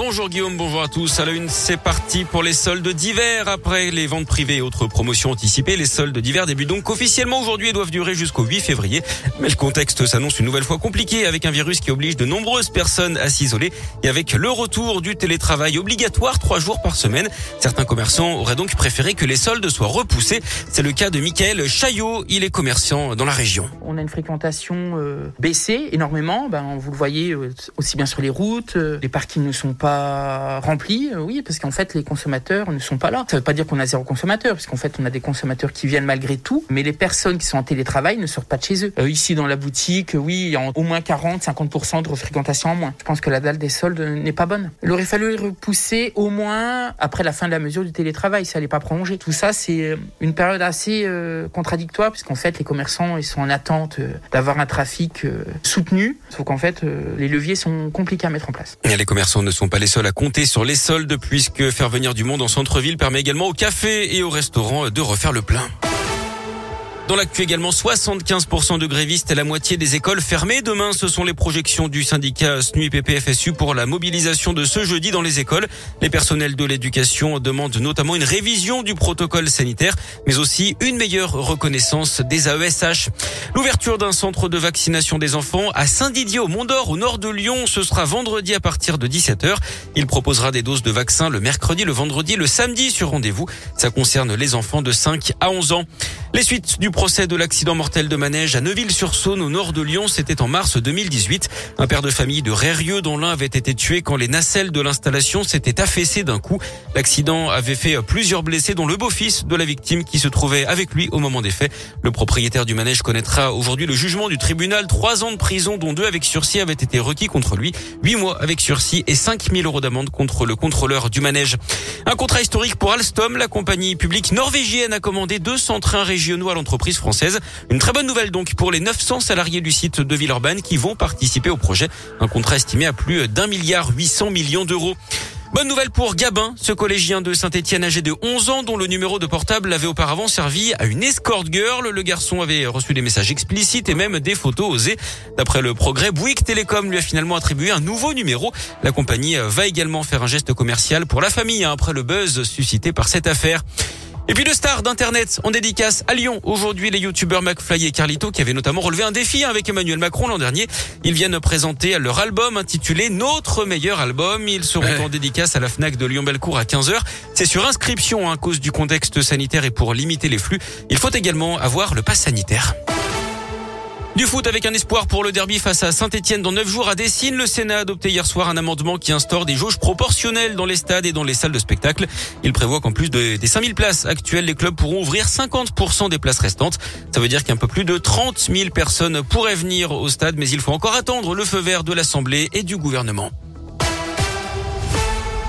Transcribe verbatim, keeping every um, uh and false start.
Bonjour Guillaume, bonjour à tous. À la une, c'est parti pour les soldes d'hiver. Après les ventes privées et autres promotions anticipées, les soldes d'hiver débutent donc officiellement aujourd'hui et doivent durer jusqu'au huit février. Mais le contexte s'annonce une nouvelle fois compliqué avec un virus qui oblige de nombreuses personnes à s'isoler et avec le retour du télétravail obligatoire trois jours par semaine. Certains commerçants auraient donc préféré que les soldes soient repoussés. C'est le cas de Mickaël Chaillot, il est commerçant dans la région. On a une fréquentation euh, baissée énormément, ben, vous le voyez euh, aussi bien sur les routes, euh, les parkings ne sont pas remplis, euh, oui, parce qu'en fait les consommateurs ne sont pas là. Ça ne veut pas dire qu'on a zéro consommateur, parce qu'en fait on a des consommateurs qui viennent malgré tout, mais les personnes qui sont en télétravail ne sortent pas de chez eux. Euh, ici dans la boutique, oui, il y a au moins quarante à cinquante pour cent de fréquentation en moins. Je pense que la dalle des soldes n'est pas bonne. Il aurait fallu le repousser au moins après la fin de la mesure du télétravail, ça n'allait pas prolonger. Tout ça c'est une période assez euh, contradictoire, puisqu'en fait les commerçants ils sont en attente euh, d'avoir un trafic euh, soutenu, sauf qu'en fait euh, les leviers sont compliqués à mettre en place. Les commerçants ne sont pas les seuls à compter sur les soldes, puisque faire venir du monde en centre-ville permet également aux cafés et aux restaurants de refaire le plein. Dans l'actu également, soixante-quinze pour cent de grévistes et la moitié des écoles fermées. Demain, ce sont les projections du syndicat S N U I P P F S U pour la mobilisation de ce jeudi dans les écoles. Les personnels de l'éducation demandent notamment une révision du protocole sanitaire, mais aussi une meilleure reconnaissance des A E S H. L'ouverture d'un centre de vaccination des enfants à Saint-Didier au Mont-d'Or, au nord de Lyon, ce sera vendredi à partir de dix-sept heures. Il proposera des doses de vaccins le mercredi, le vendredi, le samedi sur rendez-vous. Ça concerne les enfants de cinq à onze ans. Les suites du procès de l'accident mortel de manège à Neuville-sur-Saône au nord de Lyon, c'était en mars deux mille dix-huit. Un père de famille de Rérieux dont l'un avait été tué quand les nacelles de l'installation s'étaient affaissées d'un coup. L'accident avait fait plusieurs blessés dont le beau-fils de la victime qui se trouvait avec lui au moment des faits. Le propriétaire du manège connaîtra aujourd'hui le jugement du tribunal. Trois ans de prison dont deux avec sursis avaient été requis contre lui. Huit mois avec sursis et cinq mille euros d'amende contre le contrôleur du manège. Un contrat historique pour Alstom. La compagnie publique norvégienne a commandé deux cents trains régionaux à l'entreprise française. Une très bonne nouvelle donc pour les neuf cents salariés du site de Villeurbanne qui vont participer au projet. Un contrat estimé à plus d'un milliard huit cents millions d'euros. Bonne nouvelle pour Gabin, ce collégien de Saint-Étienne âgé de onze ans dont le numéro de portable avait auparavant servi à une escort girl. Le garçon avait reçu des messages explicites et même des photos osées. D'après le Progrès, Bouygues Télécom lui a finalement attribué un nouveau numéro. La compagnie va également faire un geste commercial pour la famille après le buzz suscité par cette affaire. Et puis le star d'internet en dédicace à Lyon. Aujourd'hui, les youtubeurs McFly et Carlito qui avaient notamment relevé un défi avec Emmanuel Macron l'an dernier. Ils viennent présenter leur album intitulé Notre meilleur album. Ils seront ouais. en dédicace à la Fnac de Lyon-Bellecour à quinze heures. C'est sur inscription hein, à cause du contexte sanitaire et pour limiter les flux. Il faut également avoir le pass sanitaire. Du foot avec un espoir pour le derby face à Saint-Étienne dans neuf jours à Dessines. Le Sénat a adopté hier soir un amendement qui instaure des jauges proportionnelles dans les stades et dans les salles de spectacle. Il prévoit qu'en plus de, des cinq mille places actuelles, les clubs pourront ouvrir cinquante pour cent des places restantes. Ça veut dire qu'un peu plus de trente mille personnes pourraient venir au stade, mais il faut encore attendre le feu vert de l'Assemblée et du gouvernement.